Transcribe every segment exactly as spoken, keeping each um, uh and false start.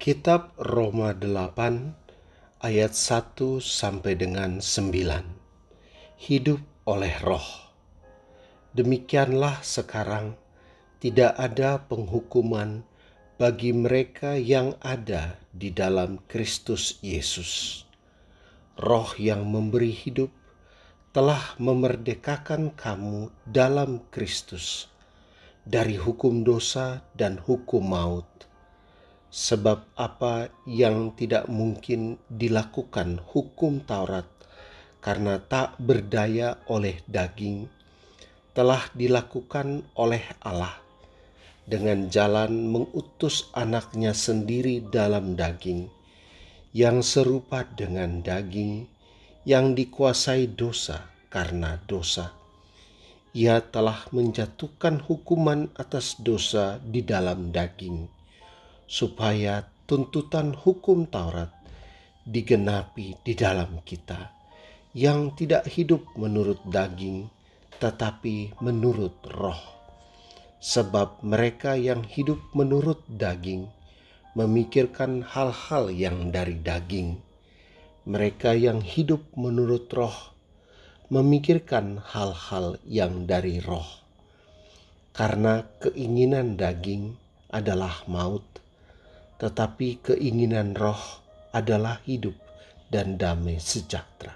Kitab Roma delapan ayat satu sampai dengan sembilan. Hidup oleh Roh. Demikianlah sekarang tidak ada penghukuman bagi mereka yang ada di dalam Kristus Yesus. Roh yang memberi hidup telah memerdekakan kamu dalam Kristus dari hukum dosa dan hukum maut. Sebab apa yang tidak mungkin dilakukan hukum Taurat karena tak berdaya oleh daging, telah dilakukan oleh Allah dengan jalan mengutus anaknya sendiri dalam daging, yang serupa dengan daging yang dikuasai dosa karena dosa. Ia telah menjatuhkan hukuman atas dosa di dalam daging, supaya tuntutan hukum Taurat digenapi di dalam kita, yang tidak hidup menurut daging, tetapi menurut Roh. Sebab mereka yang hidup menurut daging memikirkan hal-hal yang dari daging. Mereka yang hidup menurut Roh memikirkan hal-hal yang dari Roh. Karena keinginan daging adalah maut, tetapi keinginan Roh adalah hidup dan damai sejahtera.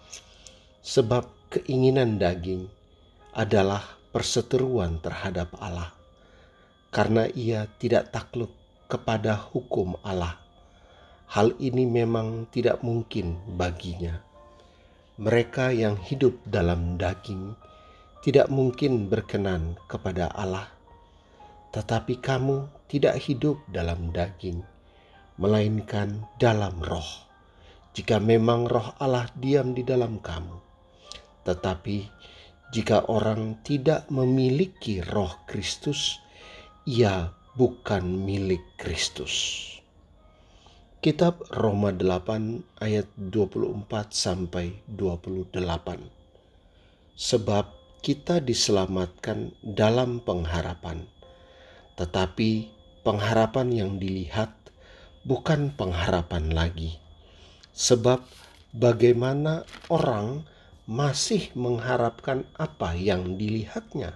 Sebab keinginan daging adalah perseteruan terhadap Allah, karena ia tidak takluk kepada hukum Allah. Hal ini memang tidak mungkin baginya. Mereka yang hidup dalam daging tidak mungkin berkenan kepada Allah. Tetapi kamu tidak hidup dalam daging, melainkan dalam Roh, jika memang Roh Allah diam di dalam kamu. Tetapi jika orang tidak memiliki Roh Kristus, ia bukan milik Kristus. Kitab Roma delapan ayat dua puluh empat sampai dua puluh delapan. Sebab kita diselamatkan dalam pengharapan. Tetapi pengharapan yang dilihat bukan pengharapan lagi. Sebab bagaimana orang masih mengharapkan apa yang dilihatnya?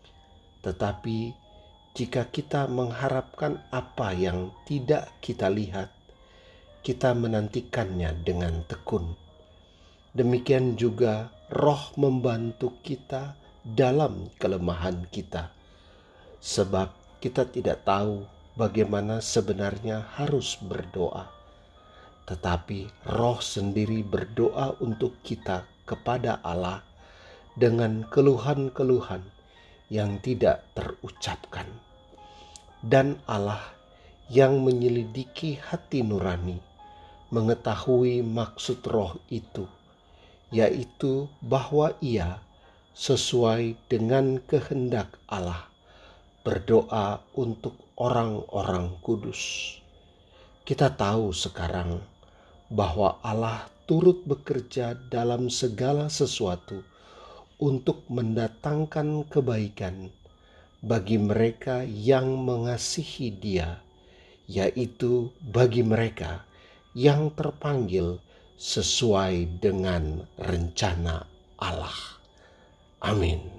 Tetapi jika kita mengharapkan apa yang tidak kita lihat, kita menantikannya dengan tekun. Demikian juga Roh membantu kita dalam kelemahan kita. Sebab kita tidak tahu bagaimana sebenarnya harus berdoa. Tetapi Roh sendiri berdoa untuk kita kepada Allah dengan keluhan-keluhan yang tidak terucapkan. Dan Allah yang menyelidiki hati nurani mengetahui maksud Roh itu, yaitu bahwa Ia sesuai dengan kehendak Allah berdoa untuk orang-orang kudus. Kita tahu sekarang bahwa Allah turut bekerja dalam segala sesuatu untuk mendatangkan kebaikan bagi mereka yang mengasihi Dia, yaitu bagi mereka yang terpanggil sesuai dengan rencana Allah. Amin.